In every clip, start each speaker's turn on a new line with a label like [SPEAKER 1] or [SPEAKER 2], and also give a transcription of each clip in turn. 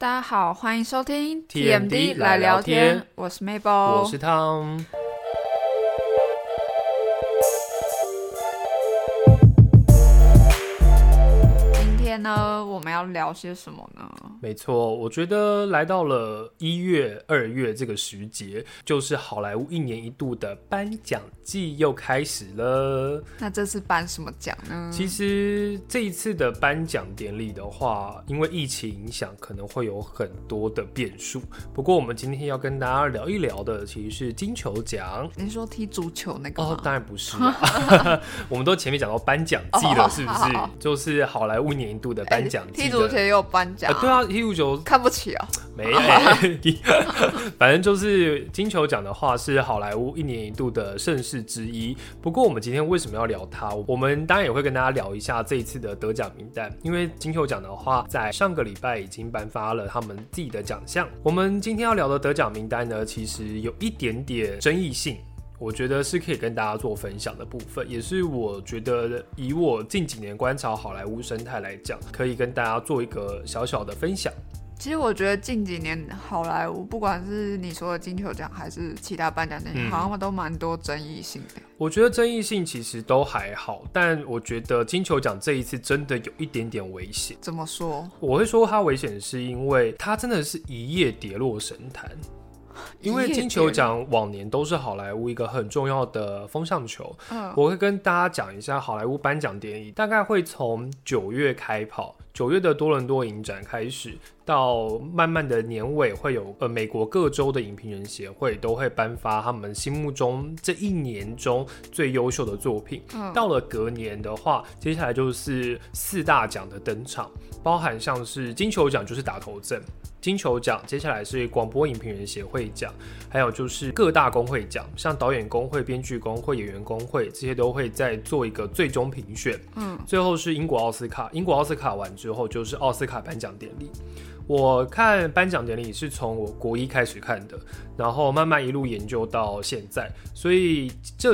[SPEAKER 1] 大家好，欢迎收听
[SPEAKER 2] TMD 来聊天，
[SPEAKER 1] 我是 Mabel，
[SPEAKER 2] 我是 Tom。
[SPEAKER 1] 今天呢，我们要聊些什么呢？
[SPEAKER 2] 没错，我觉得来到了1月、2月这个时节，就是好莱坞1年1度的颁奖季又开始了。
[SPEAKER 1] 那这次颁什么奖呢？
[SPEAKER 2] 其实这一次的颁奖典礼的话，因为疫情影响，可能会有很多的变数。不过我们今天要跟大家聊一聊的，其实是金球奖。
[SPEAKER 1] 你说踢足球那个吗？
[SPEAKER 2] 当然不是啊。我们都前面讲到颁奖季了，是不是？
[SPEAKER 1] 好
[SPEAKER 2] 就是好莱坞1年1度的颁奖季的。
[SPEAKER 1] 踢足球也有颁奖、
[SPEAKER 2] 对啊，踢足球
[SPEAKER 1] 看不起啊。
[SPEAKER 2] 没有，反正就是金球奖的话是好莱坞1年1度的盛事之一。不过我们今天为什么要聊它？我们当然也会跟大家聊一下这一次的得奖名单，因为金球奖的话在上个礼拜已经颁发了他们自己的奖项。我们今天要聊的得奖名单呢，其实有一点点争议性，我觉得是可以跟大家做分享的部分，也是我觉得以我近几年观察好莱坞生态来讲，可以跟大家做一个小小的分享。
[SPEAKER 1] 其实我觉得近几年好莱坞，不管是你说的金球奖还是其他颁奖典礼，好像都蛮多争议性的。
[SPEAKER 2] 我觉得争议性其实都还好，但我觉得金球奖这一次真的有一点点危险。
[SPEAKER 1] 怎么说？
[SPEAKER 2] 我会说它危险是因为它真的是一夜跌落神坛。因为金球奖往年都是好莱坞一个很重要的风向球，我会跟大家讲一下好莱坞颁奖典礼大概会从9月开跑，9月的多伦多影展开始，到慢慢的年尾会有美国各州的影评人协会都会颁发他们心目中这一年中最优秀的作品。到了隔年的话，接下来就是4大奖的登场，包含像是金球奖就是打头阵，金球奖接下来是广播影评人协会奖，还有就是各大工会奖，像导演工会、编剧工会、演员工会，这些都会再做一个最终评选。最后是英国奥斯卡，英国奥斯卡完之后就是奥斯卡颁奖典礼。我看颁奖典礼是从我国1开始看的，然后慢慢一路研究到现在，所以这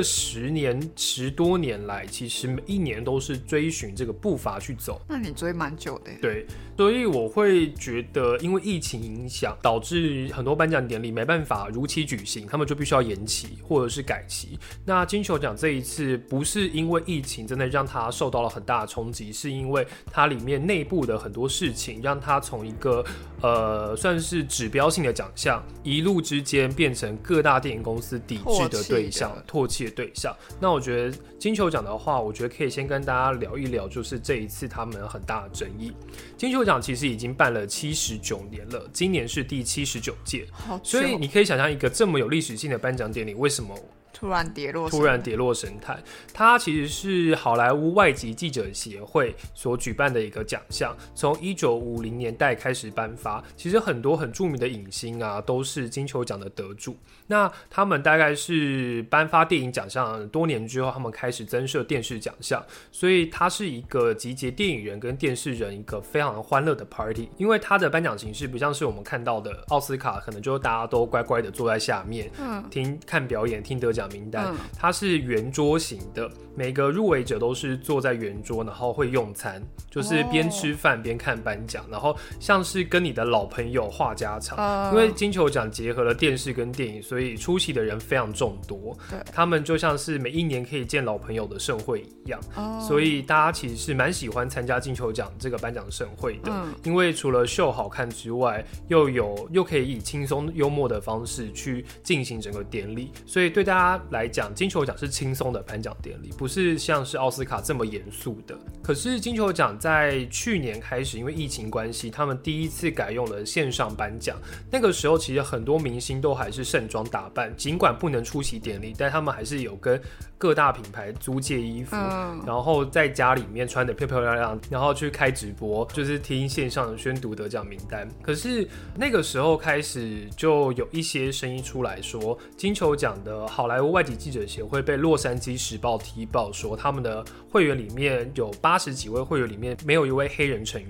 [SPEAKER 2] 10多年来，其实每一年都是追寻这个步伐去走。
[SPEAKER 1] 那你追蛮久的耶。
[SPEAKER 2] 对，所以我会觉得，因为疫情影响，导致很多颁奖典礼没办法如期举行，他们就必须要延期或者是改期。那金球奖这一次不是因为疫情真的让它受到了很大的冲击，是因为它里面内部的很多事情，让它从一个算是指标性的奖项，一路之间变成各大电影公司抵制的对象、唾弃的对象。那我觉得金球奖的话，我觉得可以先跟大家聊一聊，就是这一次他们很大的争议。金球奖其实已经办了79年了，今年是第79届，所以你可以想象一个这么有历史性的颁奖典礼，为什么
[SPEAKER 1] 突然跌落
[SPEAKER 2] 神坛？它其实是好莱坞外籍记者协会所举办的一个奖项，从1950年代开始颁发。其实很多很著名的影星啊，都是金球奖的得主。那他们大概是颁发电影奖项多年之后，他们开始增设电视奖项，所以它是一个集结电影人跟电视人一个非常欢乐的 party。因为它的颁奖形式不像是我们看到的奥斯卡，可能就大家都乖乖的坐在下面，看表演、听得奖名单，它是圆桌型的，每个入围者都是坐在圆桌，然后会用餐，就是边吃饭边看颁奖，然后像是跟你的老朋友话家常。因为金球奖结合了电视跟电影，所以出席的人非常众多，他们就像是每一年可以见老朋友的盛会一样。所以大家其实是蛮喜欢参加金球奖这个颁奖盛会的，因为除了秀好看之外，又可以以轻松幽默的方式去进行整个典礼，所以对大家来讲，金球奖是轻松的颁奖典礼，不是像是奥斯卡这么严肃的。可是金球奖在去年开始，因为疫情关系，他们第一次改用了线上颁奖。那个时候其实很多明星都还是盛装打扮，尽管不能出席典礼，但他们还是有跟各大品牌租借衣服，然后在家里面穿得漂漂亮亮，然后去开直播，就是听线上的宣读得奖名单。可是那个时候开始就有一些声音出来说，金球奖的好莱坞外籍记者协会被洛杉矶时报踢爆说，他们的会员里面有80几位会员里面没有一位黑人成员。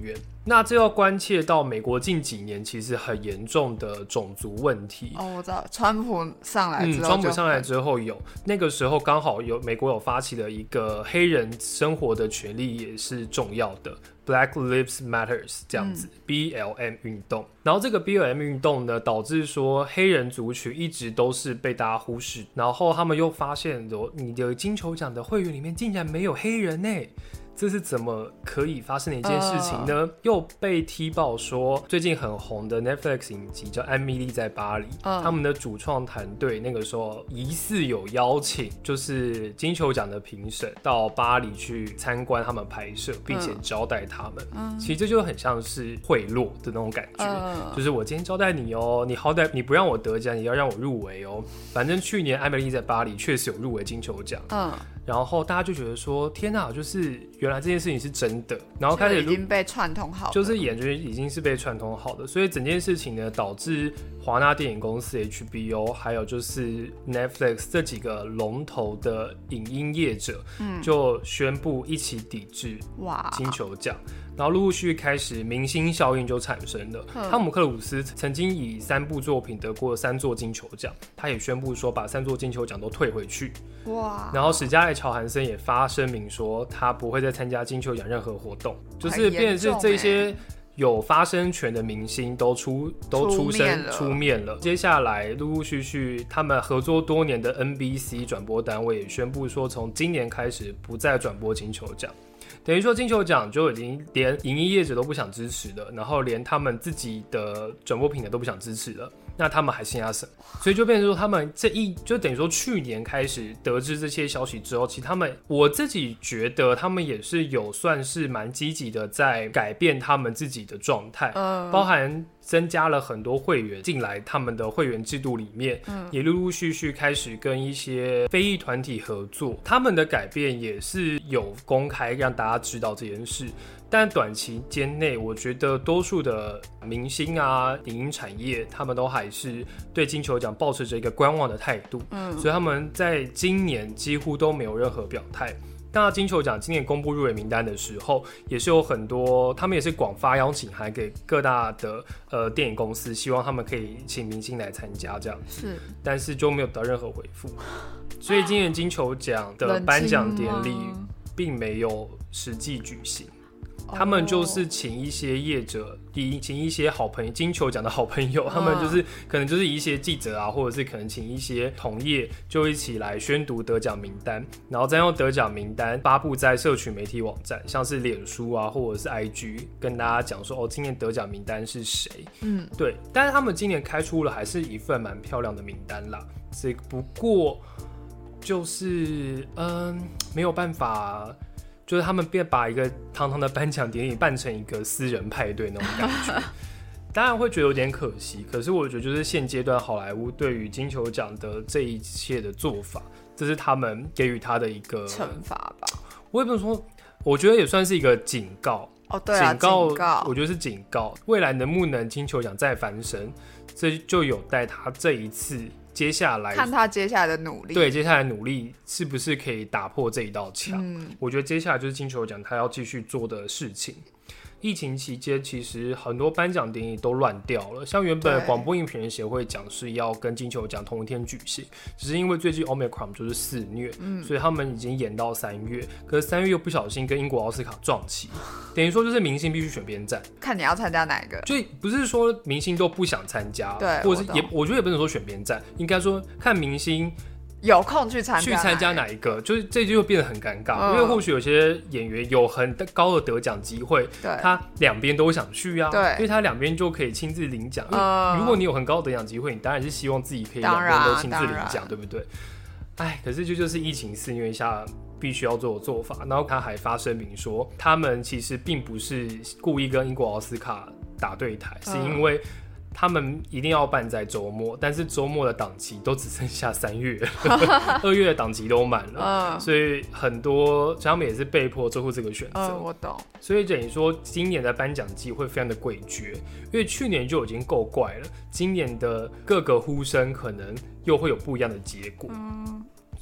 [SPEAKER 2] 那这要关切到美国近几年其实很严重的种族问题。
[SPEAKER 1] 我知道，川普上来之后，
[SPEAKER 2] 川普上来之后那个时候刚好美国有发起了一个黑人生活的权利也是重要的 Black Lives Matters 这样子、BLM 运动。然后这个 BLM 运动呢，导致说黑人族群一直都是被大家忽视，然后他们又发现你的金球奖的会员里面竟然没有黑人欸，这是怎么可以发生的一件事情呢？又被踢爆说，最近很红的 Netflix 影集叫《艾米丽在巴黎》，他们的主创团队那个时候疑似有邀请，就是金球奖的评审到巴黎去参观他们拍摄，并且招待他们。其实这就很像是贿赂的那种感觉，就是我今天招待你哦，你好歹你不让我得奖，也要让我入围哦。反正去年艾米丽在巴黎确实有入围金球奖。然后大家就觉得说，天哪，就是原来这件事情是真的，然后开始
[SPEAKER 1] 已经被串通好了，
[SPEAKER 2] 就是演员已经是被串通好的，所以整件事情呢，导致华纳电影公司 HBO 还有就是 Netflix 这几个龙头的影音业者，就宣布一起抵制金球奖。然后陆陆续续开始明星效应就产生了。汤姆克鲁斯曾经以3部作品得过3座金球奖，他也宣布说把3座金球奖都退回去。然后史嘉蕾·乔韩森也发声明说他不会再参加金球奖任何活动，就是变成是这些有发声权的明星都出面了。接下来陆陆续续他们合作多年的 NBC 转播单位也宣布说，从今年开始不再转播金球奖。等于说金球奖就已经连影音业者都不想支持了，然后连他们自己的转播平台都不想支持了，那他们还剩下什么？所以就变成说他们就等于说去年开始得知这些消息之后，其实我自己觉得他们也是有算是蛮积极的在改变他们自己的状态，包含增加了很多会员进来他们的会员制度里面，也陆陆续续开始跟一些非裔团体合作，他们的改变也是有公开让大家知道这件事。但短期间内，我觉得多数的明星啊、影音产业，他们都还是对金球奖抱持着一个观望的态度，所以他们在今年几乎都没有任何表态。那金球奖今年公布入围名单的时候，也是有很多，他们也是广发邀请函给各大的电影公司，希望他们可以请明星来参加这样子，但是就没有得到任何回复。所以今年金球奖的颁奖典礼并没有实际举行。他们就是请一些业者，请一些好朋友，金球奖的好朋友，他们就是可能就是一些记者啊，或者是可能请一些同业，就一起来宣读得奖名单，然后再用得奖名单发布在社群媒体网站，像是脸书啊，或者是 IG， 跟大家讲说今年得奖名单是谁。对，但是他们今年开出了还是一份蛮漂亮的名单啦，不过就是没有办法。就是他们便把一个堂堂的颁奖典礼办成一个私人派对那种感觉，当然会觉得有点可惜。可是我觉得就是现阶段好莱坞对于金球奖的这一切的做法，这是他们给予他的一个
[SPEAKER 1] 惩罚吧。
[SPEAKER 2] 我也不能说，我觉得也算是一个警告。
[SPEAKER 1] 对啊，警告，
[SPEAKER 2] 我觉得是警告，未来能不能金球奖再翻身，这就有待他这一次。接下来
[SPEAKER 1] 看他接下来的努力，
[SPEAKER 2] 对，接下来努力是不是可以打破这一道墙？我觉得接下来就是金球奖他要继续做的事情。疫情期间，其实很多颁奖典礼都乱掉了，像原本广播影评人协会讲是要跟金球奖同一天举行，只是因为最近 Omicron 就是肆虐，所以他们已经延到3月，可是3月又不小心跟英国奥斯卡撞期，等于说就是明星必须选边站，
[SPEAKER 1] 看你要参加哪一个，
[SPEAKER 2] 就不是说明星都不想参加，
[SPEAKER 1] 对，
[SPEAKER 2] 或者是我觉得也不能说选边站，应该说看明星。
[SPEAKER 1] 有空去参
[SPEAKER 2] 加哪一个，就是这就会变得很尴尬，因为或许有些演员有很高的得奖机会，他两边都想去啊，因为他两边就可以亲自领奖。如果你有很高的得奖机会，你当然是希望自己可以两边都亲自领奖，对不对？可是这就是疫情肆虐下必须要做的做法。然后他还发声明说，他们其实并不是故意跟英国奥斯卡打对台，是因为他们一定要办在周末，但是周末的档期都只剩下3月，2月的档期都满了，所以很多他们也是被迫做出这个选择。
[SPEAKER 1] 我懂。
[SPEAKER 2] 所以等于说，今年的颁奖季会非常的诡谲，因为去年就已经够怪了，今年的各个呼声可能又会有不一样的结果。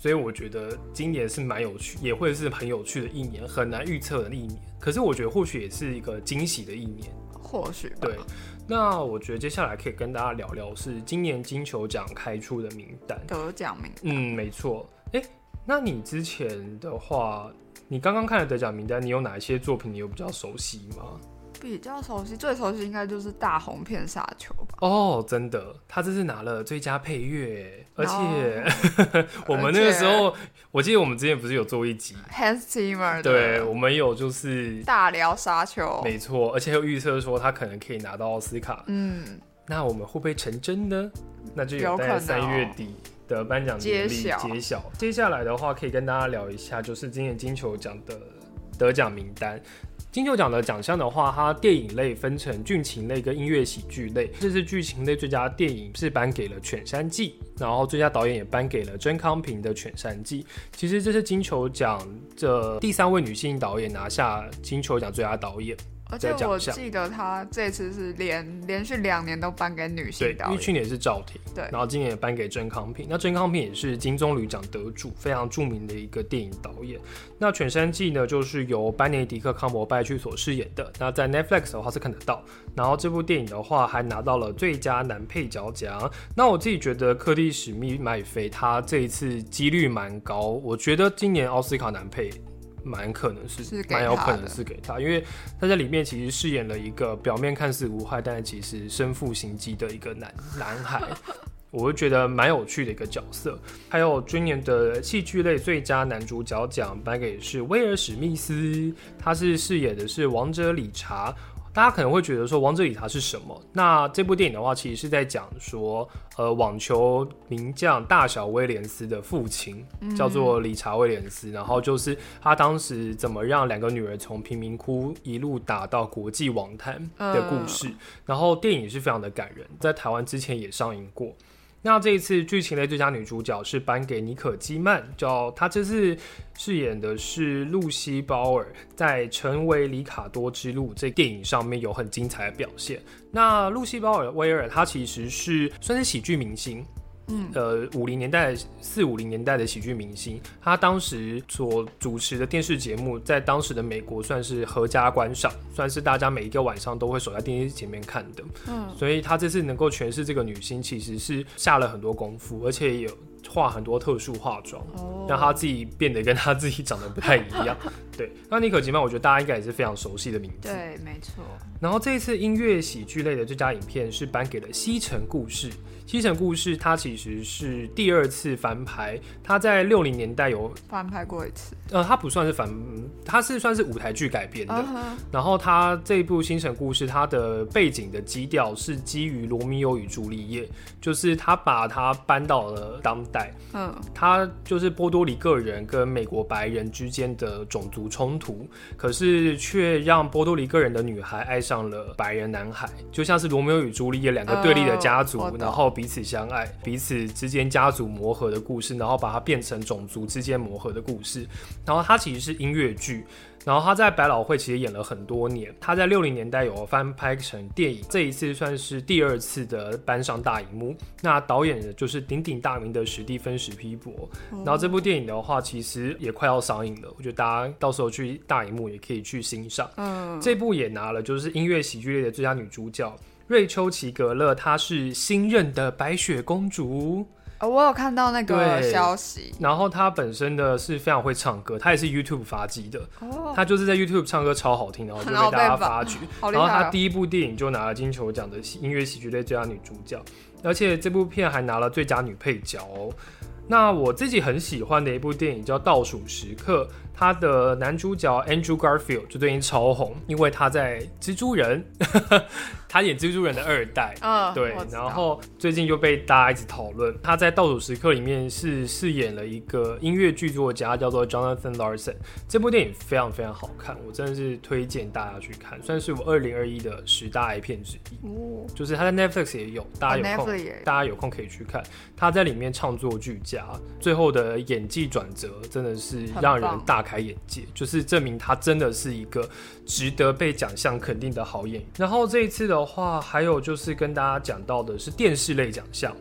[SPEAKER 2] 所以我觉得今年是蛮有趣，也会是很有趣的一年，很难预测的一年。可是我觉得或许也是一个惊喜的一年，
[SPEAKER 1] 或许吧。
[SPEAKER 2] 对。那我觉得接下来可以跟大家聊聊是今年金球奖开出的名单，
[SPEAKER 1] 得奖名单。
[SPEAKER 2] 没错。那你之前的话，你刚刚看的得奖名单，你有哪一些作品你有比较熟悉吗？
[SPEAKER 1] 比较熟悉，最熟悉应该就是大红片沙丘吧。
[SPEAKER 2] 哦，真的，他这次拿了最佳配乐，而且我们那个时候，我记得我们之前不是有做一集
[SPEAKER 1] Hans Zimmer 的，
[SPEAKER 2] 对，我们有就是
[SPEAKER 1] 大聊沙丘，
[SPEAKER 2] 没错，而且有预测说他可能可以拿到奥斯卡。那我们会不会成真呢？那就有待3月底的颁奖典礼揭晓。接下来的话，可以跟大家聊一下，就是今年金球奖的得奖名单。金球奖的奖项的话，它电影类分成剧情类跟音乐喜剧类。这次剧情类最佳电影是颁给了《犬山记》，然后最佳导演也颁给了甄康平的《犬山记》。其实这是金球奖这第3位女性导演拿下金球奖最佳导演。
[SPEAKER 1] 而且我记得他这次是连续2年都颁给女性导演，
[SPEAKER 2] 对，因为去年是赵婷，
[SPEAKER 1] 对，
[SPEAKER 2] 然后今年也颁给甄康平。那甄康平也是金棕榈奖得主，非常著名的一个电影导演。那《犬山记》呢，就是由班尼迪克·康伯拜区所饰演的。那在 Netflix 的话是看得到。然后这部电影的话还拿到了最佳男配角奖。那我自己觉得克蒂·史密麦菲他这一次几率蛮高，我觉得今年奥斯卡男配蛮有可能是给他，因为他在里面其实饰演了一个表面看似无害，但是其实身负心机的一个男孩，我会觉得蛮有趣的一个角色。还有今年的戏剧类最佳男主角奖颁给是威尔史密斯，他是饰演的是王者理查。大家可能会觉得说王者理查是什么？那这部电影的话，其实是在讲说，网球名将大小威廉斯的父亲叫做理查威廉斯，然后就是他当时怎么让2个女儿从贫民窟一路打到国际网坛的故事。然后电影是非常的感人，在台湾之前也上映过。那这一次剧情类最佳女主角是颁给妮可基曼，她这次饰演的是露西·鲍尔，在《成为里卡多之路》这电影上面有很精彩的表现。那露西·鲍尔威尔她其实算是喜剧明星。50年代450年代的喜剧明星，他当时所主持的电视节目，在当时的美国算是合家观赏，算是大家每一个晚上都会守在电视前面看的。所以他这次能够诠释这个女星，其实是下了很多功夫，而且也有画很多特殊化妆，让她自己变得跟她自己长得不太一样。对，那妮可基曼，我觉得大家应该也是非常熟悉的名字。
[SPEAKER 1] 对，没错。
[SPEAKER 2] 然后这一次音乐喜剧类的最佳影片是颁给了《西城故事》。《西城故事》它其实是第2次翻拍，它在60年代有
[SPEAKER 1] 翻拍过一次。
[SPEAKER 2] 它不算是它是算是舞台剧改编的。然后它这一部《西城故事》，它的背景的基调是基于《罗密欧与朱丽叶》，就是它把它搬到了当代。它就是波多黎各人跟美国白人之间的种族冲突，可是却让波多黎各人的女孩爱上了白人男孩，就像是罗密欧与朱丽叶2个对立的家族，然后彼此相爱，彼此之间家族磨合的故事，然后把它变成种族之间磨合的故事。然后它其实是音乐剧，然后他在百老汇其实演了很多年，他在60年代有翻拍成电影，这一次算是第2次的搬上大荧幕。那导演的就是鼎鼎大名的史蒂芬·史皮伯。然后这部电影的话，其实也快要上映了，我觉得大家到时候去大荧幕也可以去欣赏。这部也拿了就是音乐喜剧类的最佳女主角。瑞秋·齐格勒，她是新任的白雪公主。
[SPEAKER 1] 我有看到那个消息，
[SPEAKER 2] 然后她本身的是非常会唱歌，她也是 YouTube 发迹的。她就是在 YouTube 唱歌超好听，然后就被大家发掘。然后她第一部电影就拿了金球奖的音乐喜剧类最佳女主角，而且这部片还拿了最佳女配角哦。那我自己很喜欢的一部电影叫《倒数时刻》，他的男主角 Andrew Garfield 就最近超红，因为他在蜘蛛人他演蜘蛛人的2代，对，然后最近就被大家一直讨论。他在《倒数时刻》里面是饰演了一个音乐剧作家，叫做 Jonathan Larson。这部电影非常非常好看，我真的是推荐大家去看，算是我2021的10大爱片之一。就是他在 Netflix 也有，大家有空可以去看。他在里面唱作俱佳，最后的演技转折真的是让人大开眼界，就是证明他真的是一个值得被奖项肯定的好演员。然后这一次的话，还有就是跟大家讲到的是电视类奖项。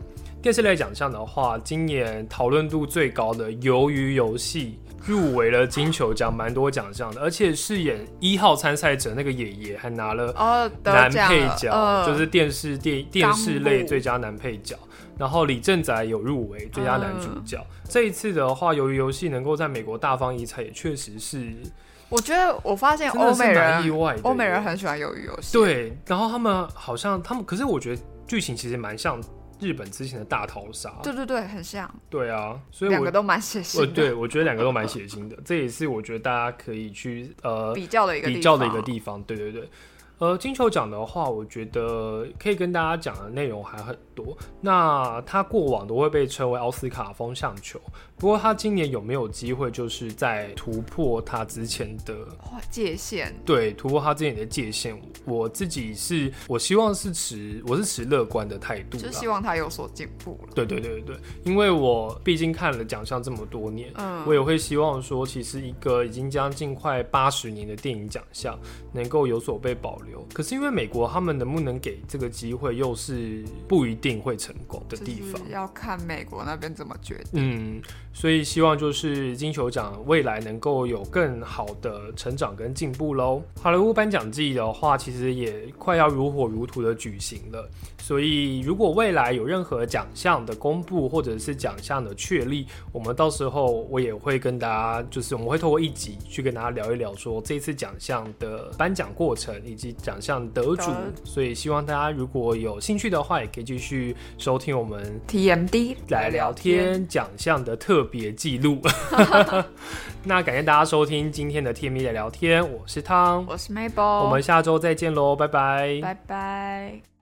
[SPEAKER 2] 电视类奖项的话，今年讨论度最高的《鱿鱼游戏》入围了金球奖，蛮多奖项的，而且饰演1号参赛者那个爷爷还拿了男配角，就是电视类最佳男配角。然后李正宰有入围最佳男主角。这一次的话，鱿鱼游戏能够在美国大放异彩，也确实是。
[SPEAKER 1] 我觉得我发现欧美人很喜欢鱿鱼游戏。
[SPEAKER 2] 对，然后他们好像可是我觉得剧情其实蛮像日本之前的大逃杀。
[SPEAKER 1] 对对对，很像。
[SPEAKER 2] 对啊，所以
[SPEAKER 1] 两个都蛮血腥的。
[SPEAKER 2] 对，我觉得两个都蛮血腥的，这也是我觉得大家可以去
[SPEAKER 1] 比较的一个
[SPEAKER 2] 地方。对对对。金球奖的话，我觉得可以跟大家讲的内容还很多。那他过往都会被称为奥斯卡风向球，不过他今年有没有机会，就是在突破他之前的
[SPEAKER 1] 界限？对，
[SPEAKER 2] 突破他之前的界限。我希望是持乐观的态度啦，
[SPEAKER 1] 就希望他有所进步了。
[SPEAKER 2] 对，因为我毕竟看了奖项这么多年，我也会希望说，其实一个已经将近快80年的电影奖项能够有所被保留。可是因为美国他们能不能给这个机会，又是不一定会成功的地方，
[SPEAKER 1] 就是要看美国那边怎么决定。
[SPEAKER 2] 所以希望就是金球奖未来能够有更好的成长跟进步咯。好莱坞颁奖季的话，其实也快要如火如荼的举行了，所以如果未来有任何奖项的公布或者是奖项的确立，我们到时候我也会跟大家，就是我们会透过一集去跟大家聊一聊说这次奖项的颁奖过程以及奖项得主。所以希望大家如果有兴趣的话，也可以继续收听我们
[SPEAKER 1] TMD
[SPEAKER 2] 来聊天奖项的特别记录。那感谢大家收听今天的 TMD 来聊天，我是汤，
[SPEAKER 1] 我是 Mabel，
[SPEAKER 2] 我们下周再见咯，拜拜，
[SPEAKER 1] 拜拜。